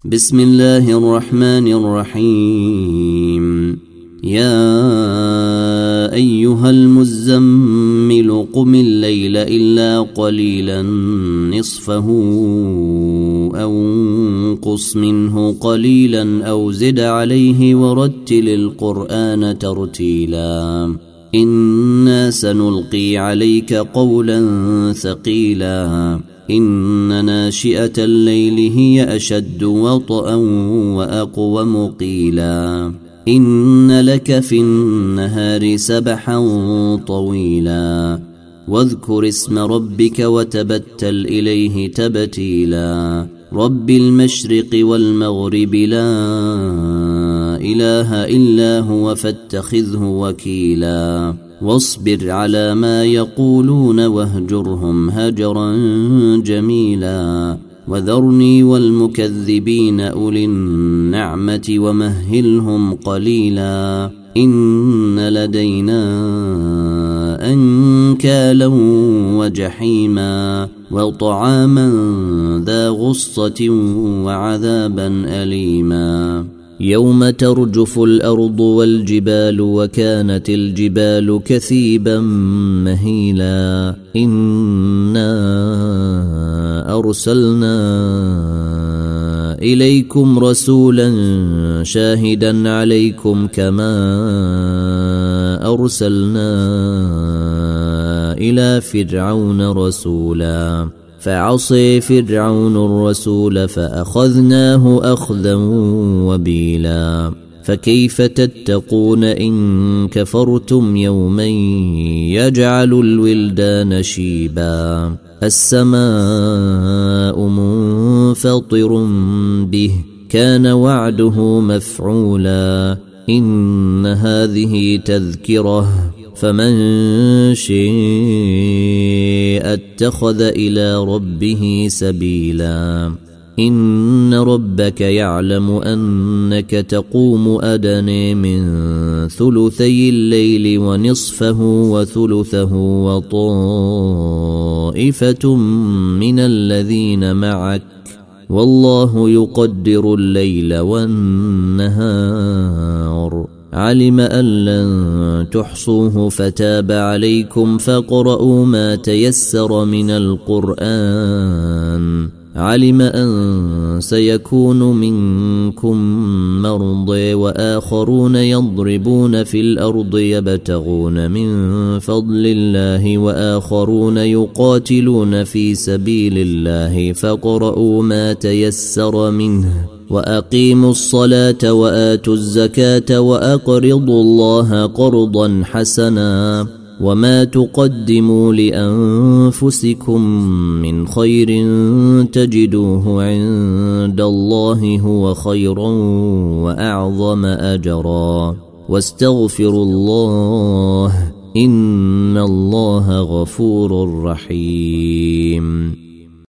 بسم الله الرحمن الرحيم. يا أيها المزمل قم الليل إلا قليلا نصفه أو انقص منه قليلا أو زد عليه ورتل القرآن ترتيلا إنا سنلقي عليك قولا ثقيلا إن ناشئة الليل هي أشد وطئا وأقوم قيلا إن لك في النهار سبحا طويلا واذكر اسم ربك وتبتل إليه تبتيلا رب المشرق والمغرب لا إله إلا هو فاتخذه وكيلا واصبر على ما يقولون واهجرهم هجرا جميلا وذرني والمكذبين أولي النعمة ومهلهم قليلا إن لدينا أنكالا وجحيما وطعاما ذا غصة وعذابا أليما يوم ترجف الأرض والجبال وكانت الجبال كثيبا مهيلا إنا أرسلنا إليكم رسولا شاهدا عليكم كما أرسلنا إلى فرعون رسولا فعصي فرعون الرسول فأخذناه أخذا وبيلا فكيف تتقون إن كفرتم يوما يجعل الولدان شيبا السماء منفطر به كان وعده مفعولا إن هذه تذكرة فمن شاء اتخذ إلى ربه سبيلا إن ربك يعلم أنك تقوم أدنى من ثلثي الليل ونصفه وثلثه وطائفة من الذين معك والله يقدر الليل والنهار علم أن لن تحصوه فتاب عليكم فاقرؤوا ما تيسر من القرآن علم أن سيكون منكم مرضى وآخرون يضربون في الأرض يبتغون من فضل الله وآخرون يقاتلون في سبيل الله فاقرؤوا ما تيسر منه وأقيموا الصلاة وآتوا الزكاة وأقرضوا الله قرضا حسنا وما تقدموا لأنفسكم من خير تجدوه عند الله هو خيرا وأعظم أجرا واستغفروا الله إن الله غفور رحيم.